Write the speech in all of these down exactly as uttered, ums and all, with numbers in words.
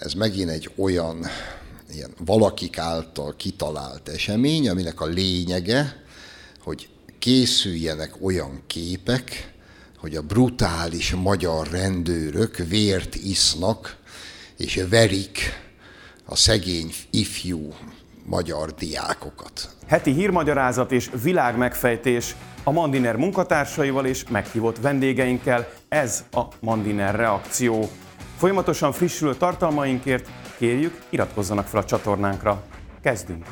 ez megint egy olyan ilyen valakik által kitalált esemény, aminek a lényege, hogy készüljenek olyan képek, hogy a brutális magyar rendőrök vért isznak, és verik a szegény ifjú magyar diákokat. Heti hírmagyarázat és világmegfejtés a Mandiner munkatársaival és meghívott vendégeinkkel, ez a Mandiner reakció. Folyamatosan frissülő tartalmainkért kérjük, iratkozzanak fel a csatornánkra. Kezdünk!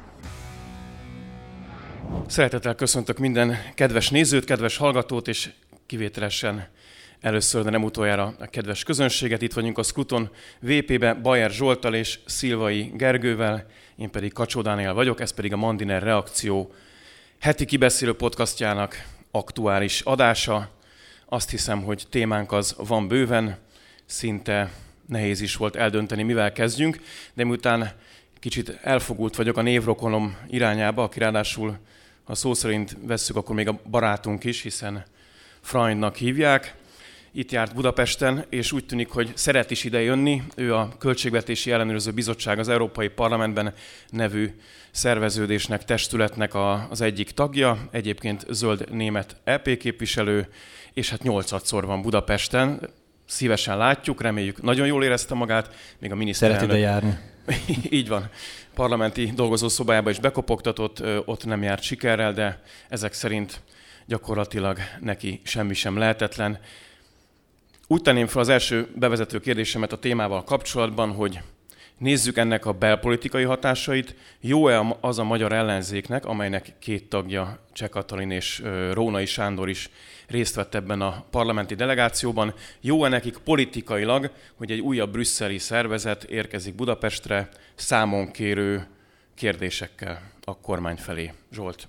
Szeretettel köszöntök minden kedves nézőt, kedves hallgatót, és kivételesen először, de nem utoljára a kedves közönséget. Itt vagyunk a Skluton vé pé-be Bayer Zsolttal és Szilvai Gergővel, én pedig Kacsó Dániel vagyok, ez pedig a Mandiner reakció heti kibeszélő podcastjának aktuális adása. Azt hiszem, hogy témánk az van bőven, szinte nehéz is volt eldönteni, mivel kezdjünk, de miután kicsit elfogult vagyok a névrokonom irányába, aki ráadásul, ha szó szerint vesszük, akkor még a barátunk is, hiszen Freundnak hívják. Itt járt Budapesten, és úgy tűnik, hogy szeret is ide jönni. Ő a Költségvetési Ellenőrző Bizottság, az Európai Parlamentben nevű szerveződésnek, testületnek a, az egyik tagja, egyébként zöld német é pé képviselő, és hát nyolcadszor van Budapesten. Szívesen látjuk, reméljük nagyon jól érezte magát, még a miniszterelnök... Szeret ide járni. Így van. Parlamenti dolgozószobájába is bekopogtatott, ott nem járt sikerrel, de ezek szerint gyakorlatilag neki semmi sem lehetetlen. Úgy tenném fel az első bevezető kérdésemet a témával kapcsolatban, hogy nézzük ennek a belpolitikai hatásait. Jó-e az a magyar ellenzéknek, amelynek két tagja, Cseh Katalin és Rónai Sándor is részt vett ebben a parlamenti delegációban. Jó-e nekik politikailag, hogy egy újabb brüsszeli szervezet érkezik Budapestre számonkérő kérdésekkel a kormány felé? Zsolt.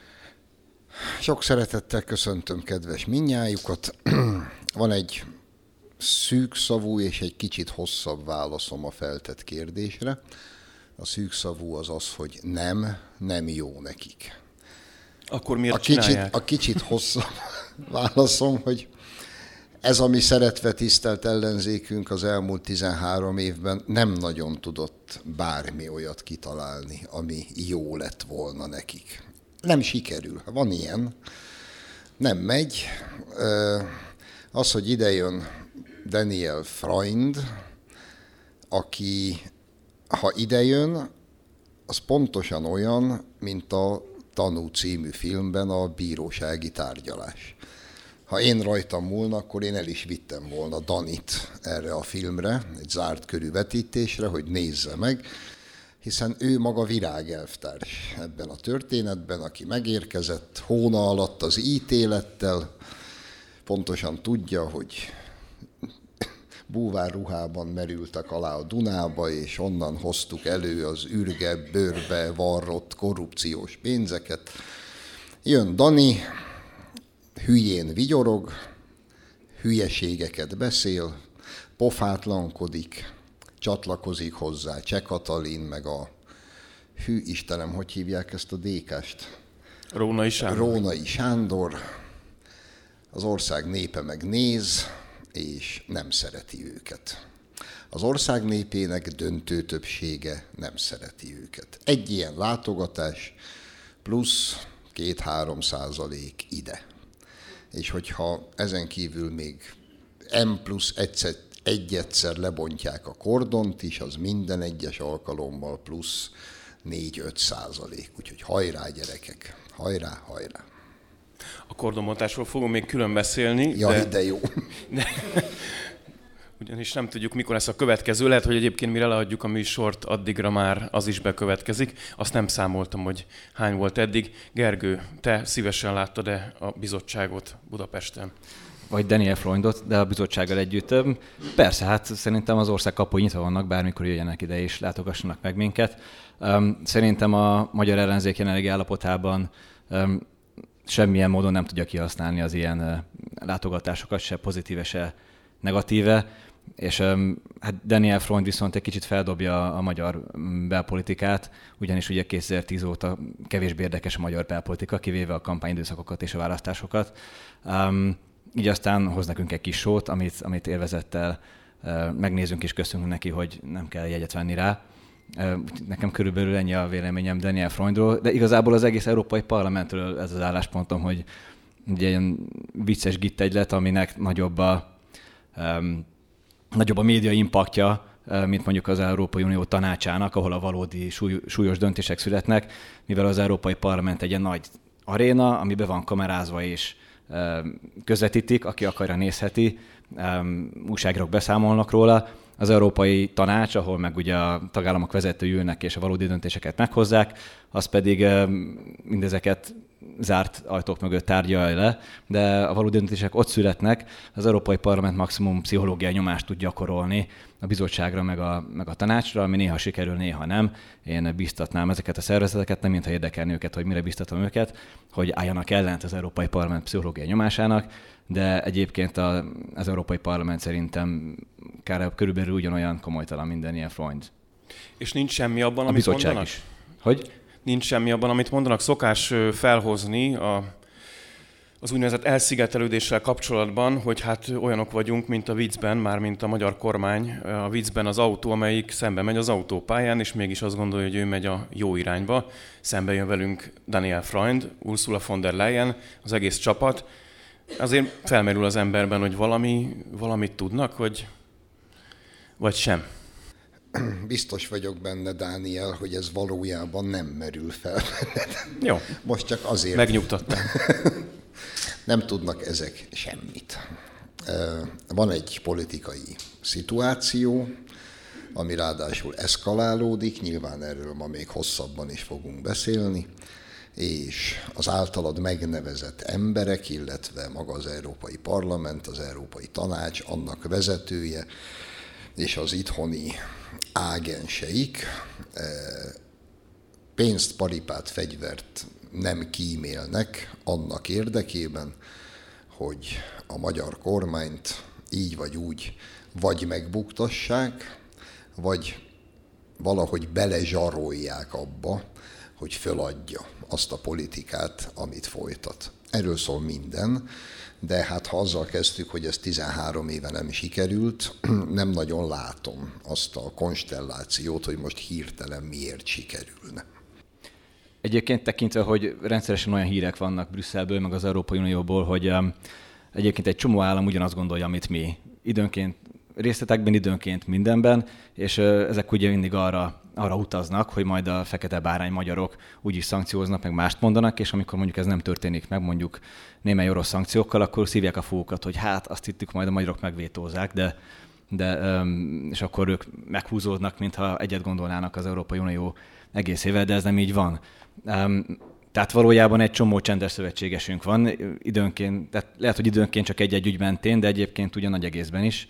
Sok szeretettel köszöntöm kedves mindnyájukat. Van egy szűkszavú és egy kicsit hosszabb válaszom a feltett kérdésre. A szűkszavú az az, hogy nem, nem jó nekik. Akkor miért a kicsit, csinálják? A kicsit hosszabb válaszom, hogy ez a mi szeretve tisztelt ellenzékünk az elmúlt tizenhárom évben nem nagyon tudott bármi olyat kitalálni, ami jó lett volna nekik. Nem sikerül. Van ilyen. Nem megy. Az, hogy idejön Daniel Freund, aki, ha idejön, az pontosan olyan, mint a Tanú című filmben a bírósági tárgyalás. Ha én rajtam múlna, akkor én el is vittem volna Danit erre a filmre, egy zárt körű vetítésre, hogy nézze meg, hiszen ő maga virágelvtárs ebben a történetben, aki megérkezett hóna alatt az ítélettel, pontosan tudja, hogy búvárruhában merültek alá a Dunába, és onnan hoztuk elő az ürge, bőrbe varrott korrupciós pénzeket. Jön Dani, hülyén vigyorog, hülyeségeket beszél, pofátlankodik, csatlakozik hozzá Cseh Katalin, meg a hű Istenem, hogy hívják ezt a dékást? Rónai Sándor. Rónai Sándor. Az ország népe meg néz, és nem szereti őket. Az ország népének döntő többsége nem szereti őket. Egy ilyen látogatás plusz két-három százalék ide. És hogyha ezen kívül még M plusz egyszer, egy egyszer lebontják a kordont is, az minden egyes alkalommal plusz négy-öt százalék. Úgyhogy hajrá gyerekek, hajrá, hajrá. A kordonbontásról fogunk még külön beszélni. Ja, de, de jó. De, ugyanis nem tudjuk, mikor lesz a következő. Lehet, hogy egyébként mire leadjuk a műsort, addigra már az is bekövetkezik. Azt nem számoltam, hogy hány volt eddig. Gergő, te szívesen láttad-e a bizottságot Budapesten? Vagy Daniel Freundot, de a bizottsággal együtt. Persze, hát szerintem az ország kapui nyitva vannak, bármikor jöjjenek ide és látogassanak meg minket. Szerintem a magyar ellenzék jelenlegi állapotában semmilyen módon nem tudja kihasználni az ilyen látogatásokat, se pozitíve, se negatíve. És hát Daniel Freund viszont egy kicsit feldobja a magyar belpolitikát, ugyanis ugye kétezer-tíz óta kevésbé érdekes a magyar belpolitika, kivéve a kampányidőszakokat és a választásokat. Um, így aztán hoz nekünk egy kis sót, amit, amit élvezettel megnézzünk és köszönünk neki, hogy nem kell jegyet venni rá. Nekem körülbelül ennyi a véleményem Daniel Freundról, de igazából az egész Európai Parlamentről ez az álláspontom, hogy egy ilyen vicces gittegylet, aminek nagyobb a, um, nagyobb a média impaktja, mint mondjuk az Európai Unió tanácsának, ahol a valódi súly, súlyos döntések születnek, mivel az Európai Parlament egy ilyen nagy aréna, ami be van kamerázva és közvetítik, aki akarja nézheti, újságírók beszámolnak róla. Az Európai Tanács, ahol meg ugye a tagállamok vezetői ülnek és a valódi döntéseket meghozzák, az pedig mindezeket zárt ajtók mögött tárgyalja le, de a valódi döntések ott születnek, az Európai Parlament maximum pszichológiai nyomást tud gyakorolni a bizottságra meg a, meg a tanácsra, ami néha sikerül, néha nem. Én biztatnám ezeket a szervezeteket, nem mintha érdekelni őket, hogy mire biztatom őket, hogy álljanak ellent az Európai Parlament pszichológiai nyomásának, de egyébként a, az Európai Parlament szerintem körülbelül ugyanolyan komolytalan minden ilyen Freund. És nincs semmi abban, amit mondanak? Is. Hogy? Nincs semmi abban, amit mondanak. Szokás felhozni a, az úgynevezett elszigetelődéssel kapcsolatban, hogy hát olyanok vagyunk, mint a viccben, már mint a magyar kormány. A viccben az autó, amelyik szembe megy az autópályán, és mégis azt gondolja, hogy ő megy a jó irányba. Szembe jön velünk Daniel Freund, Ursula von der Leyen, az egész csapat. Azért felmerül az emberben, hogy valami, valamit tudnak, hogy vagy sem. Biztos vagyok benne, Dániel, hogy ez valójában nem merül fel. Jó. Most csak azért. Megnyugtattam. Nem tudnak ezek semmit. Van egy politikai szituáció, ami ráadásul eszkalálódik, nyilván erről ma még hosszabban is fogunk beszélni, és az általad megnevezett emberek, illetve maga az Európai Parlament, az Európai Tanács, annak vezetője, és az itthoni ágenseik pénzt, paripát, fegyvert nem kímélnek annak érdekében, hogy a magyar kormányt így vagy úgy vagy megbuktassák, vagy valahogy belezsarolják abba, hogy föladja azt a politikát, amit folytat. Erről szól minden, de hát ha azzal kezdtük, hogy ez tizenhárom éve nem sikerült, nem nagyon látom azt a konstellációt, hogy most hirtelen miért sikerülne. Egyébként tekintve, hogy rendszeresen olyan hírek vannak Brüsszelből, meg az Európai Unióból, hogy um, egyébként egy csomó állam ugyanazt gondolja, amit mi. Időnként részletekben, időnként mindenben, és uh, ezek ugye mindig arra, arra utaznak, hogy majd a fekete bárány magyarok úgyis szankcióznak, meg mást mondanak, és amikor mondjuk ez nem történik meg, mondjuk némely orosz szankciókkal, akkor szívják a fókat, hogy hát azt hittük, majd a magyarok megvétózzák, de, de um, és akkor ők meghúzódnak, mintha egyet gondolnának az Európai Unió egészével, de ez nem így van. Um, tehát valójában egy csomó csendes szövetségesünk van, időnként, tehát lehet, hogy időnként csak egy-egy ügy mentén, de egyébként ugyan nagy egészben is.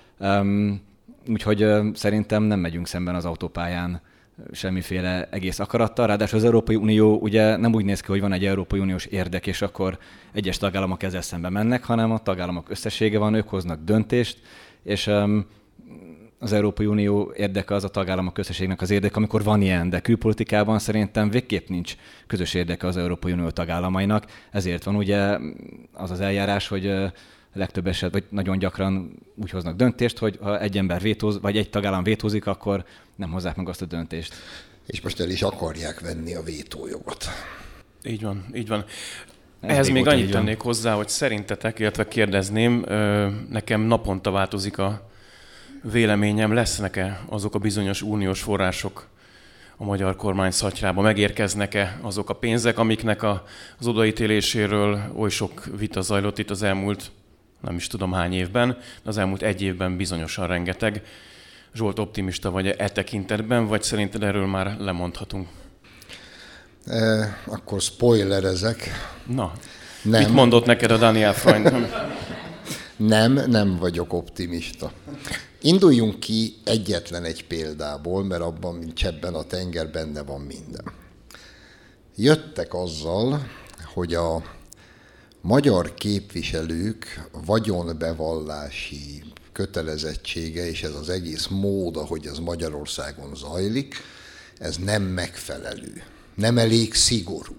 Um, úgyhogy uh, szerintem nem megyünk szemben az autópályán semmiféle egész akarattal. Ráadásul az Európai Unió ugye nem úgy néz ki, hogy van egy Európai Uniós érdek, és akkor egyes tagállamok ezzel szemben mennek, hanem a tagállamok összessége van, ők hoznak döntést, és um, az Európai Unió érdeke az a tagállamok összességnek az érdeke, amikor van ilyen, de külpolitikában szerintem végképp nincs közös érdeke az Európai Unió tagállamainak. Ezért van ugye az az eljárás, hogy legtöbb eset, vagy nagyon gyakran úgy hoznak döntést, hogy ha egy ember vétóz, vagy egy tagállam vétózik, akkor nem hozzák meg azt a döntést. És most el is akarják venni a vétójogot. Így van, így van. Ez Ehhez még annyit tennék hozzá, hogy szerintetek, illetve kérdezném, nekem naponta változik a véleményem, lesznek-e azok a bizonyos uniós források a magyar kormány szatyrába, megérkeznek-e azok a pénzek, amiknek a, az odaítéléséről oly sok vita zajlott itt az elmúlt, nem is tudom hány évben, az elmúlt egy évben bizonyosan rengeteg. Zsolt, optimista vagy e tekintetben, vagy szerinted erről már lemondhatunk? E, akkor spoilerezek. Na, nem. Mit mondott neked a Daniel Freund? Nem, nem vagyok optimista. Induljunk ki egyetlen egy példából, mert abban, mint csebben a tenger, benne van minden. Jöttek azzal, hogy a magyar képviselők vagyonbevallási kötelezettsége, és ez az egész mód, ahogy ez Magyarországon zajlik, ez nem megfelelő, nem elég szigorú.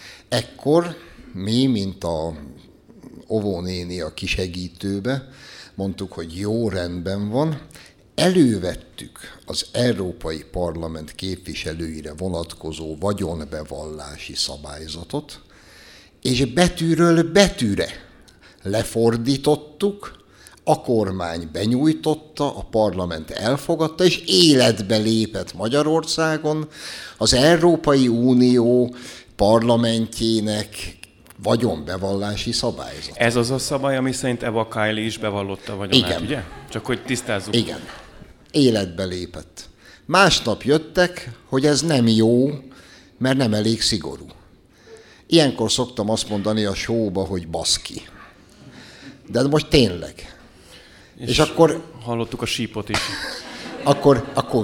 Ekkor mi, mint a óvónéni a kisegítőbe, mondtuk, hogy jó, rendben van, elővettük az Európai Parlament képviselőire vonatkozó vagyonbevallási szabályzatot, és betűről betűre lefordítottuk, a kormány benyújtotta, a parlament elfogadta, és életbe lépett Magyarországon az Európai Unió parlamentjének vagyonbevallási szabályzat. Ez az a szabály, ami szerint Eva Kaili is bevallotta a vagyonát, Igen. ugye? Csak hogy tisztázzuk. Igen. Életbe lépett. Másnap jöttek, hogy ez nem jó, mert nem elég szigorú. Ilyenkor szoktam azt mondani a showba, hogy baszki. De most tényleg. És, és akkor... hallottuk a sípot is. Akkor, akkor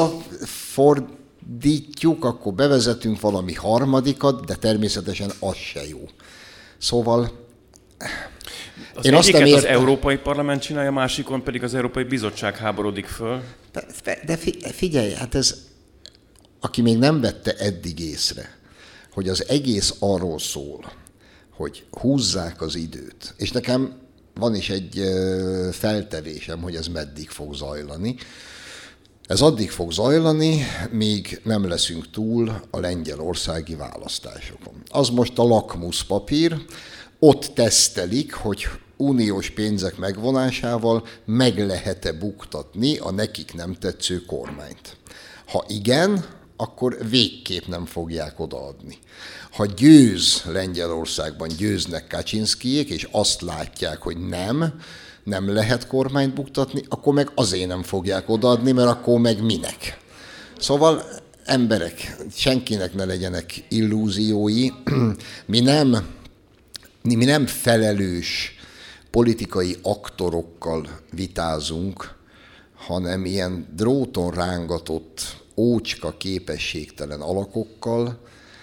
visszafordítjuk, akkor bevezetünk valami harmadikat, de természetesen az se jó. Szóval... Az én egyiket azt nem az értem. Európai Parlament csinálja, a másikon pedig az Európai Bizottság háborodik föl. De figyelj, hát ez, aki még nem vette eddig észre, hogy az egész arról szól, hogy húzzák az időt, és nekem van is egy feltevésem, hogy ez meddig fog zajlani. Ez addig fog zajlani, míg nem leszünk túl a lengyelországi választásokon. Az most a lakmuszpapír, ott tesztelik, hogy uniós pénzek megvonásával meg lehet-e buktatni a nekik nem tetsző kormányt. Ha igen, akkor végképp nem fogják odaadni. Ha győz Lengyelországban, győznek Kaczynszkijék, és azt látják, hogy nem, nem lehet kormányt buktatni, akkor meg azért nem fogják odaadni, mert akkor meg minek. Szóval emberek, senkinek ne legyenek illúziói, mi nem, mi nem felelős politikai aktorokkal vitázunk, hanem ilyen dróton rángatott, ócska képességtelen alakokkal,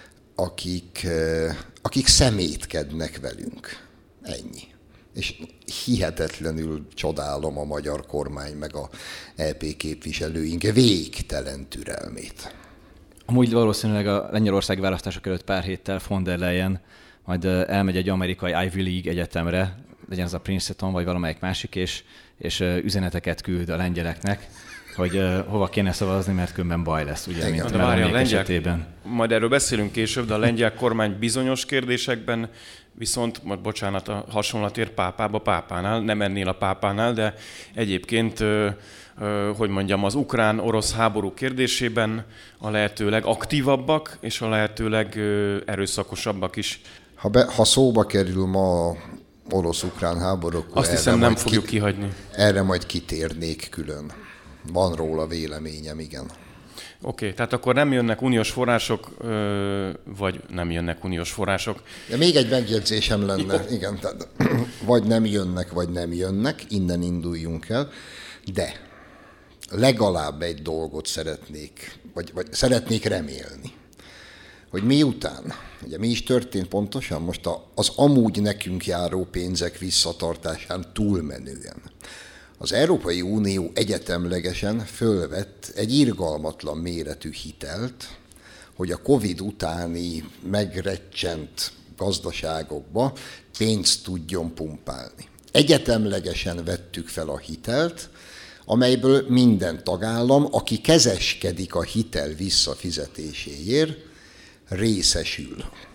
akik, akik szemétkednek velünk. Ennyi. És hihetetlenül csodálom a magyar kormány meg a é pé képviselőink végtelen türelmét. Amúgy valószínűleg a lengyelországi választások előtt pár héttel von der Leyen majd elmegy egy amerikai Ivy League egyetemre, legyen az a Princeton vagy valamelyik másik, és, és üzeneteket küld a lengyeleknek, hogy uh, hova kéne szavazni, mert különben baj lesz, ugye, igen, mint a lengyel esetében. Majd erről beszélünk később, de a lengyel kormány bizonyos kérdésekben viszont, majd bocsánat, a hasonlatért pápába pápánál, nem ennél a pápánál, de egyébként, uh, uh, hogy mondjam, az ukrán-orosz háború kérdésében a lehető legaktívabbak és a lehetőleg uh, erőszakosabbak is. Ha, be, ha szóba kerül ma orosz-ukrán háború, akkor azt hiszem nem fogjuk ki, kihagyni. Erre majd kitérnék külön. Van róla véleményem, igen. Oké, okay, tehát akkor nem jönnek uniós források, vagy nem jönnek uniós források. De még egy megjegyzésem lenne, igen, tehát, vagy nem jönnek, vagy nem jönnek, innen induljunk el, de legalább egy dolgot szeretnék, vagy, vagy szeretnék remélni, hogy miután, ugye mi is történt pontosan most az amúgy nekünk járó pénzek visszatartásán túlmenően, az Európai Unió egyetemlegesen fölvett egy irgalmatlan méretű hitelt, hogy a Covid utáni megrecsent gazdaságokba pénzt tudjon pumpálni. Egyetemlegesen vettük fel a hitelt, amelyből minden tagállam, aki kezeskedik a hitel visszafizetéséért, részesül.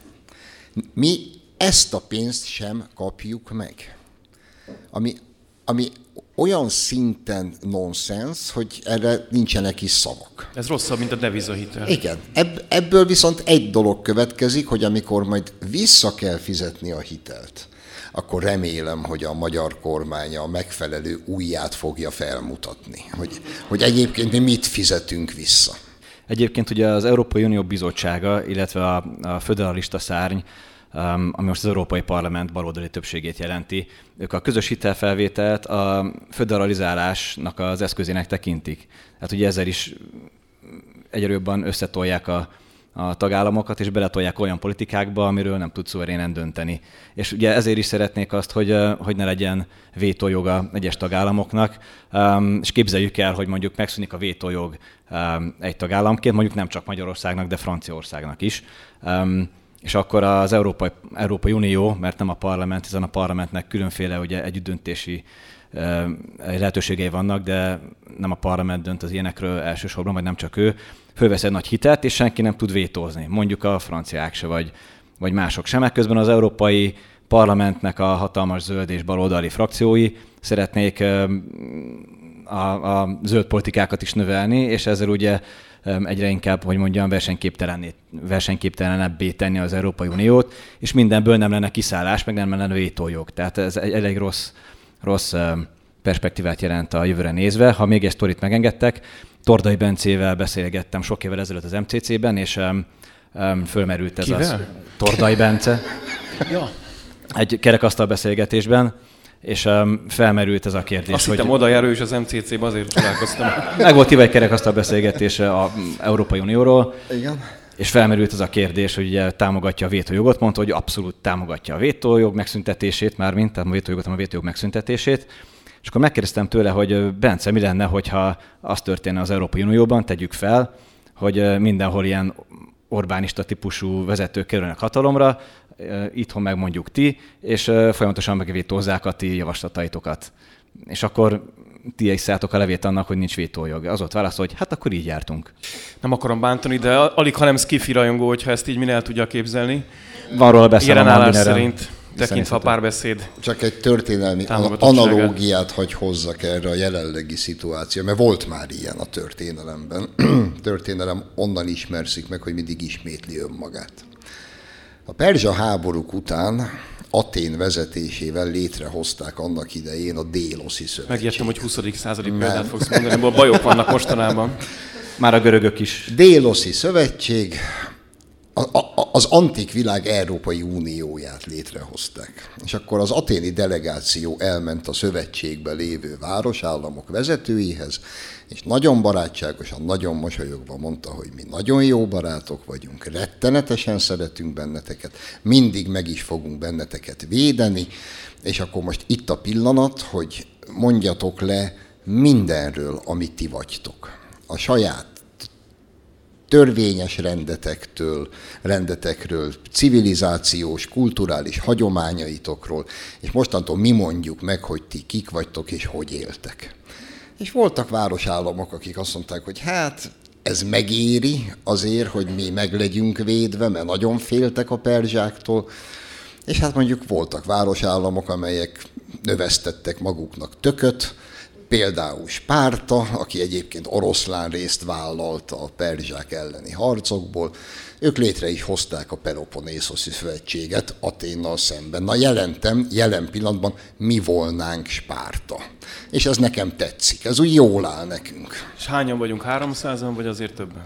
Mi ezt a pénzt sem kapjuk meg, ami, ami olyan szinten nonsens, hogy erre nincsenek is szavak. Ez rosszabb, mint a devizahitel. Igen. Ebb, ebből viszont egy dolog következik, hogy amikor majd vissza kell fizetni a hitelt, akkor remélem, hogy a magyar kormány a megfelelő ujját fogja felmutatni, hogy, hogy egyébként mi mit fizetünk vissza. Egyébként ugye az Európai Unió Bizottsága, illetve a, a föderalista szárny, Um, ami most az Európai Parlament baloldali többségét jelenti, ők a közös hitelfelvételt a föderalizálásnak az eszközének tekintik. Hát ugye ezzel is egyre jobban összetolják a, a tagállamokat, és beletolják olyan politikákba, amiről nem tud szuverénen dönteni. És ugye ezért is szeretnék azt, hogy, hogy ne legyen vétójoga egyes tagállamoknak, um, és képzeljük el, hogy mondjuk megszűnik a vétójog um, egy tagállamként, mondjuk nem csak Magyarországnak, de Franciaországnak is. Um, és akkor az Európai, Európai Unió, mert nem a parlament, hiszen a parlamentnek különféle ugye, együttdöntési lehetőségei vannak, de nem a parlament dönt az ilyenekről elsősorban, vagy nem csak ő. Fölvesz egy nagy hitet, és senki nem tud vétózni. Mondjuk a franciák se, vagy, vagy mások sem. Közben az Európai Parlamentnek a hatalmas zöld és baloldali frakciói szeretnék a, a zöld politikákat is növelni, és ezzel ugye egyre inkább, hogy mondjam, versenyképtelenebbé tenni az Európai Uniót, és mindenből nem lenne kiszállás, meg nem lenne vétójog. Tehát ez egy elég rossz, rossz perspektívát jelent a jövőre nézve. Ha még egy sztorit megengedtek, Tordai Bencével beszélgettem sok évvel ezelőtt az em cé cé-ben, és um, um, fölmerült ez Kivel? az Tordai Bence. Ja. Egy kerekasztal beszélgetésben, és um, felmerült ez a kérdés. Azt hogy hittem oda járó, és az em cé cé-ben azért találkoztam. Meg volt hívva egy kerekasztal beszélgetés az Európai Unióról. Igen. És felmerült az a kérdés, hogy ugye támogatja a vétójogot, mondta, hogy abszolút támogatja a vétójog megszüntetését, mármint, tehát a vétójogot, hanem a vétójog megszüntetését. És akkor megkérdeztem tőle, hogy Bence, mi lenne, hogyha az történne az Európai Unióban, tegyük fel, hogy mindenhol ilyen Orbánista típusú vezetők kerülnek hatalomra, itthon meg mondjuk ti, és folyamatosan megvétózzák a ti javaslataitokat. És akkor ti iszálltok a levét annak, hogy nincs vétójog. Az ott válasz, hogy hát akkor így jártunk. Nem akarom bántani, de alig, ha nem skifi rajongó, hogyha ezt így minél tudja képzelni. Van róla beszélem. Ilyen állás szerint tekintve a párbeszéd. Csak egy történelmi analógiát hagy hozzak erre a jelenlegi szituáció, mert volt már ilyen a történelemben. Történelem onnan ismerszik meg, hogy mindig ismétli önmagát. A perzsa háborúk után Atén vezetésével létrehozták annak idején a Déloszi Szövetséget. Megértem, hogy huszadik századi példát fogsz mondani, abból bajok vannak mostanában. Már a görögök is. Déloszi Szövetség, a, a, az antik világ Európai Unióját létrehozták. És akkor az aténi delegáció elment a szövetségbe lévő városállamok vezetőihez, és nagyon barátságosan, nagyon mosolyogva mondta, hogy mi nagyon jó barátok vagyunk, rettenetesen szeretünk benneteket, mindig meg is fogunk benneteket védeni, és akkor most itt a pillanat, hogy mondjatok le mindenről, amit ti vagytok. A saját törvényes rendetektől, rendetekről, civilizációs, kulturális hagyományaitokról, és mostantól mi mondjuk meg, hogy ti kik vagytok és hogy éltek. És voltak városállamok, akik azt mondták, hogy hát ez megéri azért, hogy mi meg legyünk védve, mert nagyon féltek a perzsáktól, és hát mondjuk voltak városállamok, amelyek növesztettek maguknak tököt, például Spárta, aki egyébként oroszlán részt vállalta a perzsák elleni harcokból, ők létre is hozták a Peloponnészoszi Szövetséget Aténnal szemben. Na jelentem, jelen pillanatban mi volnánk Spárta. És ez nekem tetszik, ez úgy jól áll nekünk. És hányan vagyunk? háromszázan, vagy azért többen?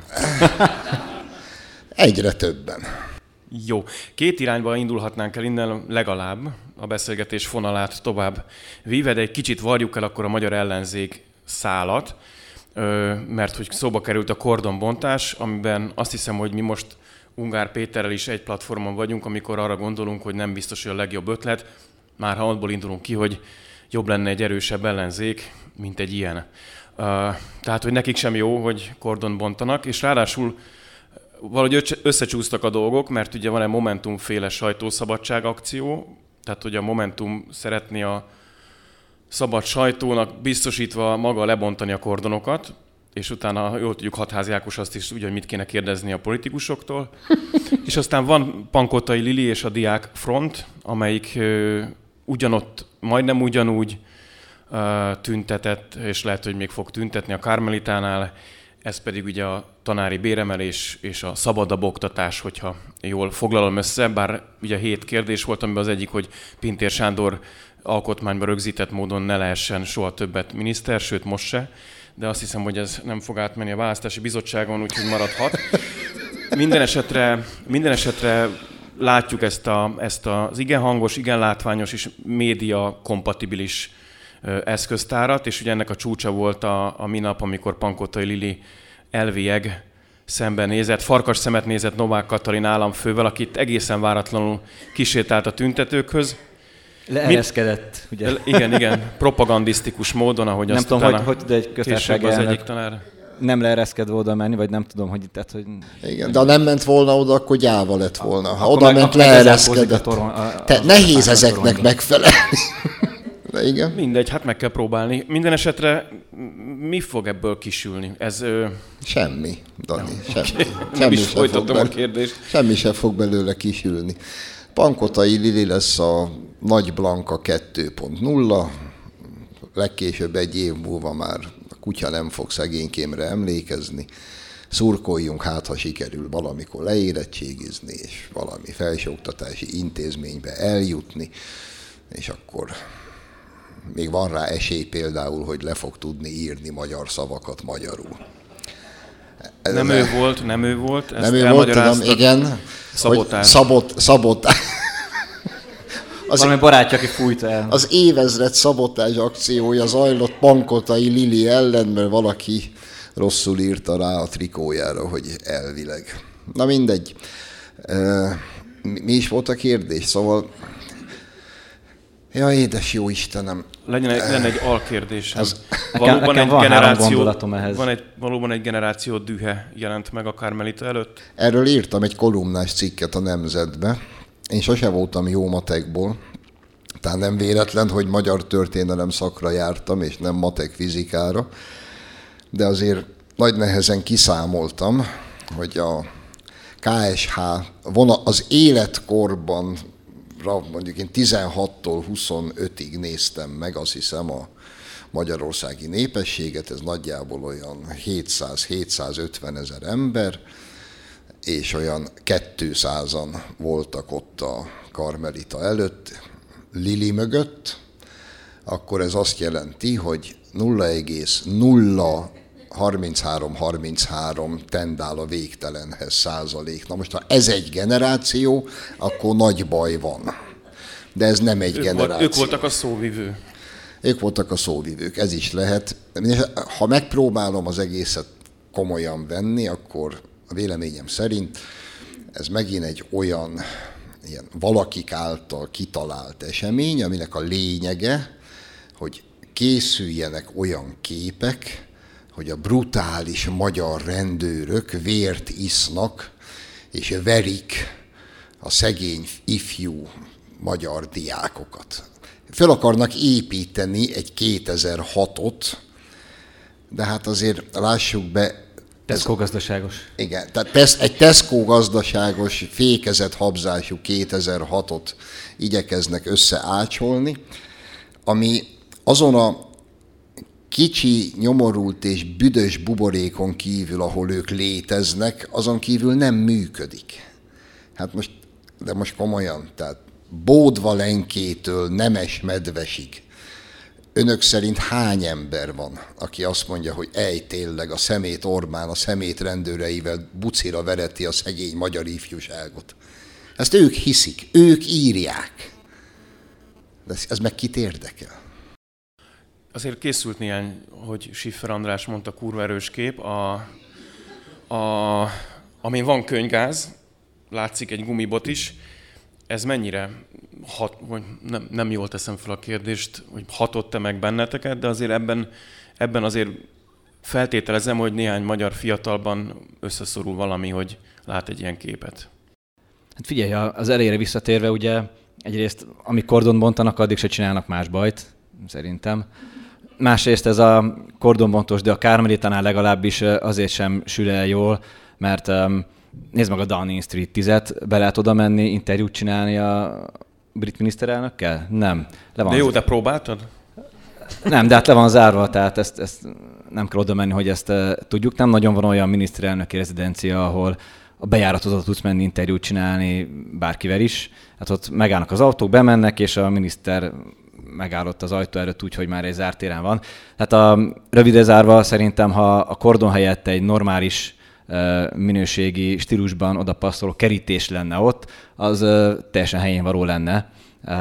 Egyre többen. Jó. Két irányba indulhatnánk el innen legalább a beszélgetés fonalát tovább víve, de egy kicsit varjuk el akkor a magyar ellenzék szálat, mert hogy szóba került a kordonbontás, amiben azt hiszem, hogy mi most Ungár Péterrel is egy platformon vagyunk, amikor arra gondolunk, hogy nem biztos, hogy a legjobb ötlet, már ha abból indulunk ki, hogy jobb lenne egy erősebb ellenzék, mint egy ilyen. Tehát, hogy nekik sem jó, hogy kordon bontanak, és ráadásul valahogy összecsúsztak a dolgok, mert ugye van egy Momentum-féle sajtószabadság akció, tehát hogy a Momentum szeretné a szabad sajtónak biztosítva maga lebontani a kordonokat, és utána jól tudjuk Hatházi Ákos azt is, ugye, hogy mit kéne kérdezni a politikusoktól. És aztán van Pankottai Lili és a Diák Front, amelyik ö, ugyanott, majdnem ugyanúgy ö, tüntetett, és lehet, hogy még fog tüntetni a Karmelitánál. Ez pedig ugye a tanári béremelés és a szabadabb oktatás, hogyha jól foglalom össze, bár ugye hét kérdés volt, amiben az egyik, hogy Pintér Sándor alkotmányba rögzített módon ne lehessen soha többet miniszter, sőt most se, de azt hiszem, hogy ez nem fog átmenni a választási bizottságon, úgyhogy maradhat. Minden esetre, minden esetre látjuk ezt, a, ezt az igen hangos, igen látványos és média kompatibilis eszköztárat, és ugye ennek a csúcsa volt a, a minap, amikor Pankottai Lili elvileg szemben nézett, farkas szemet nézett Novák Katalin államfővel, akit egészen váratlanul kisétált a tüntetőkhöz. Leereszkedett, ugye? Igen, igen, propagandisztikus módon, ahogy nem azt tudom, utána hogy, hogy de egy köztársasági az elnök egyik tanár. Nem leereszkedve oda menni, vagy nem tudom, hogy tehát, hogy... Igen, de ha nem ment volna oda, akkor gyáva lett volna. Ha akkor oda meg, ment, leereszkedett. Te nehéz ezeknek megfelelni. De igen. Mindegy, hát meg kell próbálni. Minden esetre mi fog ebből kisülni? Ez... Ö... Semmi, Dani, nem. semmi. Okay. semmi Nem is folytatom a kérdést. Semmi sem fog belőle kisülni. Pankotai Lili lesz a Nagy Blanka kettő pont nulla, legkésőbb egy év múlva már a kutya nem fog szegénykémre emlékezni. Szurkoljunk, hát ha sikerül valamikor leérettségizni, és valami felsőoktatási intézménybe eljutni, és akkor még van rá esély például, hogy le fog tudni írni magyar szavakat magyarul. Ez nem ő volt, nem ő volt. Nem ő volt, tudom, igen. Szabotás. Szabot, szabotás. Az valami barátja, aki fújta el. Az évezred szabotás akciója zajlott Pankotai Lili ellen, mert valaki rosszul írta rá a trikójára, hogy elvileg. Na mindegy. Mi is volt a kérdés? Szóval... Ja, édes jó Istenem. Legyen egy, lenne egy alkérdésem. Ez, valóban nekem, nekem egy van három gondolatom ehhez. Van egy, valóban egy generáció dühe jelent meg a Karmelita előtt? Erről írtam egy kolumnás cikket a Nemzetbe. Én sose voltam jó matekból. Tehát nem véletlen, hogy magyar történelem szakra jártam, és nem matek fizikára. De azért nagy nehezen kiszámoltam, hogy a ká es há vonal, az életkorban, mondjuk én tizenhattól huszonötig néztem meg, azt hiszem, a magyarországi népességet, ez nagyjából olyan hétszáz-hétszázötven ezer ember, és olyan kétszázan voltak ott a Karmelita előtt, Lili mögött, akkor ez azt jelenti, hogy nulla egész nulla harminchárom harminchárom tendál a végtelenhez százalék. Na most, ha ez egy generáció, akkor nagy baj van. De ez nem egy ők generáció. Volt, ők voltak a szóvivő. Ők voltak a szóvivők, ez is lehet. Ha megpróbálom az egészet komolyan venni, akkor a véleményem szerint ez megint egy olyan ilyen valakik által kitalált esemény, aminek a lényege, hogy készüljenek olyan képek, hogy a brutális magyar rendőrök vért isznak, és verik a szegény ifjú magyar diákokat. Föl akarnak építeni egy kétezer-hatot, de hát azért lássuk be... Tesco gazdaságos. Igen, tehát tesz, egy Tesco gazdaságos, fékezett habzású kétezer-hatot igyekeznek összeácsolni, ami azon a kicsi, nyomorult és büdös buborékon kívül, ahol ők léteznek, azon kívül nem működik. Hát most, de most komolyan, tehát Bódvalenkétől Nemes Medvesig. Önök szerint hány ember van, aki azt mondja, hogy ej, tényleg a szemét Orbán, a szemét rendőreivel bucira vereti a szegény magyar ifjúságot? Ezt ők hiszik, ők írják. De ez meg kit érdekel? Azért készült néhány, hogy Schiffer András mondta, kurva erős kép, a, a, amin van könygáz, látszik egy gumibot is. Ez mennyire, hat, hogy nem, nem jól teszem fel a kérdést, hogy hatott-e meg benneteket, de azért ebben, ebben azért feltételezem, hogy néhány magyar fiatalban összeszorul valami, hogy lát egy ilyen képet. Hát figyelj, az elejére visszatérve, ugye egyrészt, amíg kordont bontanak, addig se csinálnak más bajt, szerintem. Másrészt ez a kordonbontos, de a Karmelitánál legalábbis azért sem sül el jól, mert um, nézd meg a Downing Street tízet, be lehet oda menni, interjút csinálni a brit miniszterelnökkel? Nem. Le van de jó, az... de próbáltad? Nem, de hát le van zárva, tehát ezt, ezt nem kell oda menni, hogy ezt uh, tudjuk. Nem nagyon van olyan miniszterelnöki rezidencia, ahol a bejáratot oda tudsz menni, interjút csinálni bárkivel is. Hát ott megállnak az autók, bemennek, és a miniszter megállott az ajtó előtt úgy, hogy már egy zárt téren van. Hát a rövide zárva szerintem, ha a kordon helyett egy normális minőségi stílusban oda passzoló kerítés lenne ott, az teljesen helyén való lenne.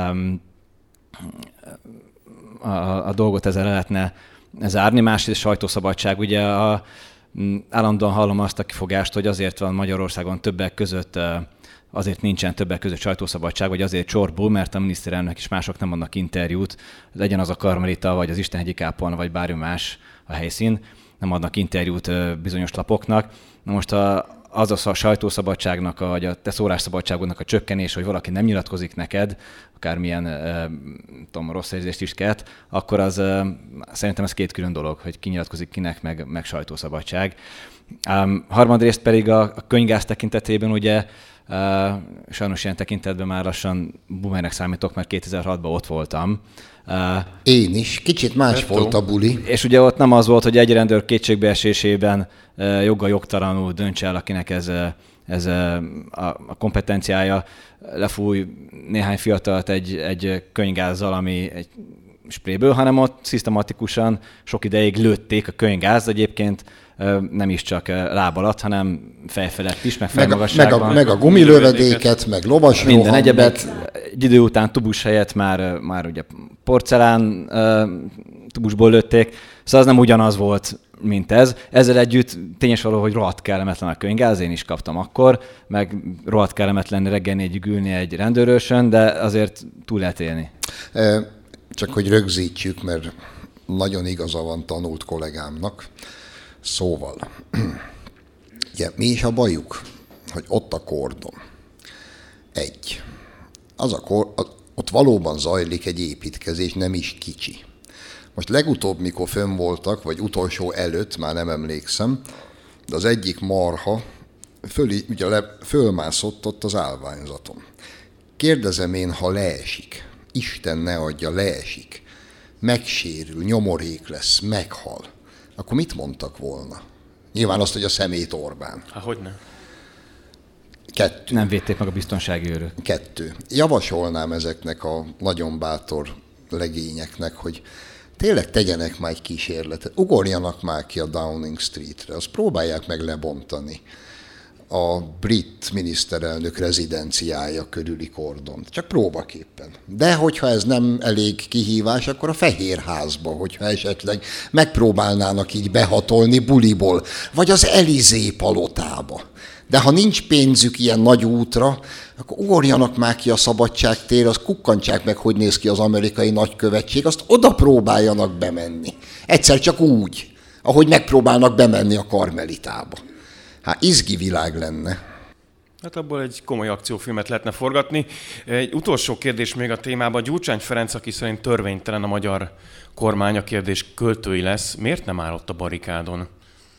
A, a dolgot ezzel lehetne zárni. Másrészt sajtószabadság. Ugye a, állandóan hallom azt a kifogást, hogy azért van Magyarországon többek között, azért nincsen többek között sajtószabadság, vagy azért csorbul, mert a miniszterelnök és mások nem adnak interjút, legyen az a Karmelita, vagy az Istenhegyi Kápolna, vagy bármi más a helyszín, nem adnak interjút bizonyos lapoknak. Na most a, az a sajtószabadságnak, vagy a te szólásszabadságodnak a csökkenés, hogy valaki nem nyilatkozik neked, akármilyen tudom, rossz érzést is kelt, akkor az szerintem ez két külön dolog, hogy ki nyilatkozik kinek, meg, meg sajtószabadság. Um, harmadrészt pedig a, a könyvgáz tekintetében ugye uh, sajnos ilyen tekintetben már lassan boomernek számítok, mert kétezer-hatban ott voltam. Uh, Én is. Kicsit más Petó. volt a buli. És ugye ott nem az volt, hogy egy rendőr kétségbeesésében uh, joggal jogtalanul döntse el, akinek ez, ez uh, a, a kompetenciája, lefúj néhány fiatalt egy, egy könyvgázzal, ami egy spréből, hanem ott szisztematikusan sok ideig lőtték a könyvgázt, egyébként nem is csak láb alatt, hanem fejfelett is, meg fejmagasságban. Meg a, meg a gumilövedéket, meg lovas roham. Minden egyebet. Meg... Egy idő után tubus helyett már, már ugye porcelán tubusból lőtték, szóval az nem ugyanaz volt, mint ez. Ezzel együtt tényes való, hogy rohadt kellemetlen a könyvgáz, én is kaptam akkor, meg rohadt kellemetlen reggel négyig ülni egy rendőrösön, de azért túl lehet élni. Csak hogy rögzítsük, mert nagyon igaza van tanult kollégámnak. Szóval, ugye, mi is a bajuk, hogy ott a kordon. Egy. Az a kor, ott valóban zajlik egy építkezés, nem is kicsi. Most legutóbb, mikor fönn voltak, vagy utolsó előtt, már nem emlékszem, de az egyik marha föl, ugye le, fölmászott ott az állványzaton. Kérdezem én, ha leesik, Isten ne adja, leesik, megsérül, nyomorék lesz, meghal, akkor mit mondtak volna? Nyilván azt, hogy a szemét Orbán. Há, hogyne? Kettő. Nem védték meg a biztonsági őrök. Kettő. Javasolnám ezeknek a nagyon bátor legényeknek, hogy tényleg tegyenek már egy kísérletet. Ugorjanak már ki a Downing Streetre, azt próbálják meg lebontani a brit miniszterelnök rezidenciája körüli kordont. Csak próbaképpen. De hogyha ez nem elég kihívás, akkor a Fehérházba, hogyha esetleg megpróbálnának így behatolni buliból, vagy az Elizé palotába. De ha nincs pénzük ilyen nagy útra, akkor ugorjanak már ki a Szabadságtérre, azt kukkantsák meg, hogy néz ki az amerikai nagykövetség, azt oda próbáljanak bemenni. Egyszer csak úgy, ahogy megpróbálnak bemenni a Karmelitába. Hát izgi világ lenne. Hát abból egy komoly akciófilmet lehetne forgatni. Egy utolsó kérdés még a témában. Gyurcsány Ferenc, aki szerint törvénytelen a magyar kormány, a kérdés költői lesz, miért nem áll ott a barikádon?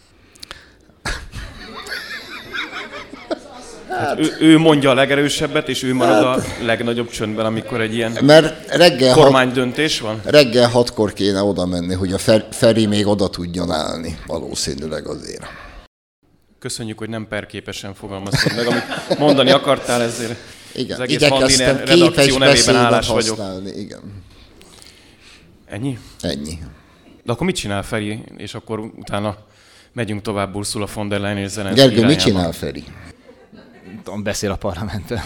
Hát ő, ő mondja a legerősebbet, és ő marad a legnagyobb csöndben, amikor egy ilyen Mert reggel kormánydöntés van? Reggel hatkor kéne oda menni, hogy a Feri még oda tudjon állni, valószínűleg azért. Köszönjük, hogy nem perképesen fogalmaztad meg, amit mondani akartál, ezért igen, az egész Mandiner redakció nevében állás vagyok. Igen. Ennyi? Ennyi. De akkor mit csinál Feri, és akkor utána megyünk tovább Ursula von der Leyen és Zelenszky Gergő, mit csinál Feri? Tudom, beszél a parlamentben.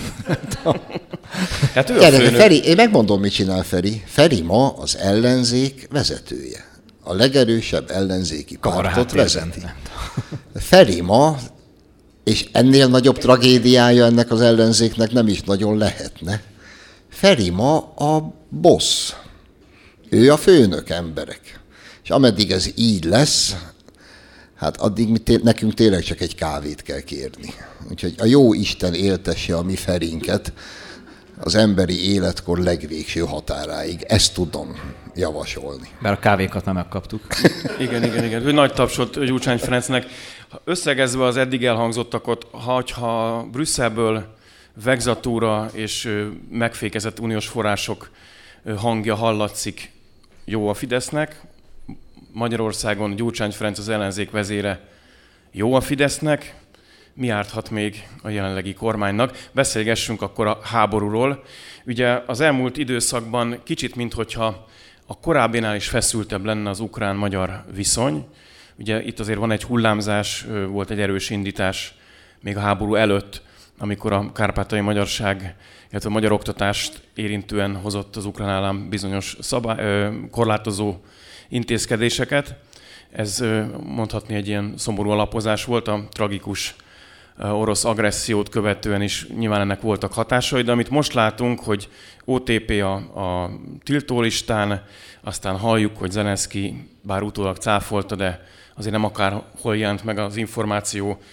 Hát ő Gergő, Feri, én megmondom, mit csinál Feri. Feri ma az ellenzék vezetője. A legerősebb ellenzéki pártot vezeti. Feri ma, és ennél nagyobb tragédiája ennek az ellenzéknek nem is nagyon lehetne. Feri ma a boss. Ő a főnök emberek. És ameddig ez így lesz, hát addig mi té- nekünk tényleg csak egy kávét kell kérni. Úgyhogy a jó Isten éltesse a mi Ferinket az emberi életkor legvégső határáig. Ezt tudom javasolni. Bár a kávékat nem megkaptuk. Igen, igen, igen. Ő nagy tapsot Gyurcsány Ferencnek. Összegezve az eddig elhangzottakat, ha Brüsszelből vegzatúra és megfékezett uniós források hangja hallatszik, jó a Fidesznek, Magyarországon Gyurcsány Ferenc az ellenzék vezére, jó a Fidesznek, mi árthat még a jelenlegi kormánynak? Beszélgessünk akkor a háborúról. Ugye az elmúlt időszakban kicsit, minthogyha a korábbinál is feszültebb lenne az ukrán-magyar viszony. Ugye itt azért van egy hullámzás, volt egy erős indítás még a háború előtt, amikor a kárpátaljai magyarság, illetve a magyar oktatást érintően hozott az ukrán állam bizonyos szabály, korlátozó intézkedéseket. Ez mondhatni egy ilyen szomorú alapozás volt, a tragikus orosz agressziót követően is nyilván ennek voltak hatásai, de amit most látunk, hogy o té pé a, a tiltólistán, aztán halljuk, hogy Zelenszky bár utólag cáfolta, de azért nem akárhol jelent meg az információ,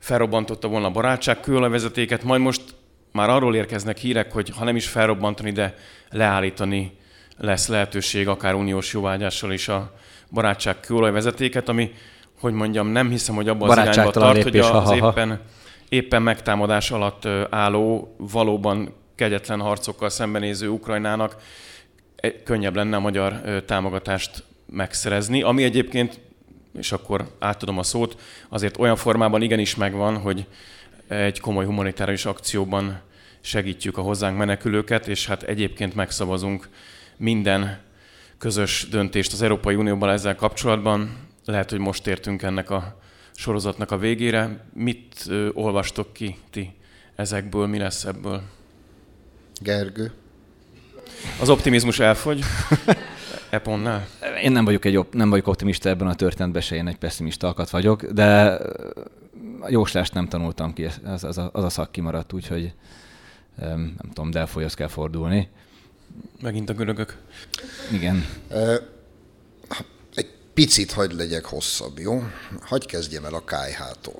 felrobbantotta volna a barátságkőolajvezetéket, majd most már arról érkeznek hírek, hogy ha nem is felrobbantani, de leállítani lesz lehetőség akár uniós jóvágyással is a barátságkőolajvezetéket, ami, hogy mondjam, nem hiszem, hogy abban az irányba tart, lépés, hogy az ha, ha. éppen, éppen megtámadás alatt álló, valóban kegyetlen harcokkal szembenéző Ukrajnának könnyebb lenne a magyar támogatást megszerezni, ami egyébként, és akkor átadom a szót, azért olyan formában igenis megvan, hogy egy komoly humanitárius akcióban segítjük a hozzánk menekülőket, és hát egyébként megszavazunk minden közös döntést az Európai Unióban ezzel kapcsolatban. Lehet, hogy most értünk ennek a sorozatnak a végére. Mit ö, olvastok ki ti ezekből, mi lesz ebből? Gergő? Az optimizmus elfogy. Eponnál? Én nem vagyok, egy, nem vagyok optimista ebben a történetben, se én egy pessimista alkat vagyok, de a jóslást nem tanultam ki, az, az, a, az a szak kimaradt, úgyhogy nem tudom, Delfolyhoz kell fordulni. Megint a görögök. Igen. Egy picit hagyd legyek hosszabb, jó? Hagy kezdjem el a ká há tól.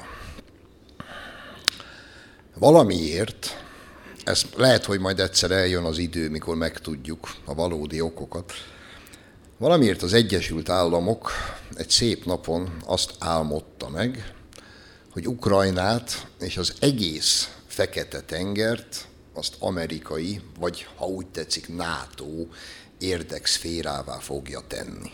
Valamiért, ez lehet, hogy majd egyszer eljön az idő, mikor megtudjuk a valódi okokat, valamiért az Egyesült Államok egy szép napon azt álmodta meg, hogy Ukrajnát és az egész Fekete-tengert azt amerikai, vagy ha úgy tetszik, NATO érdekszférává fogja tenni.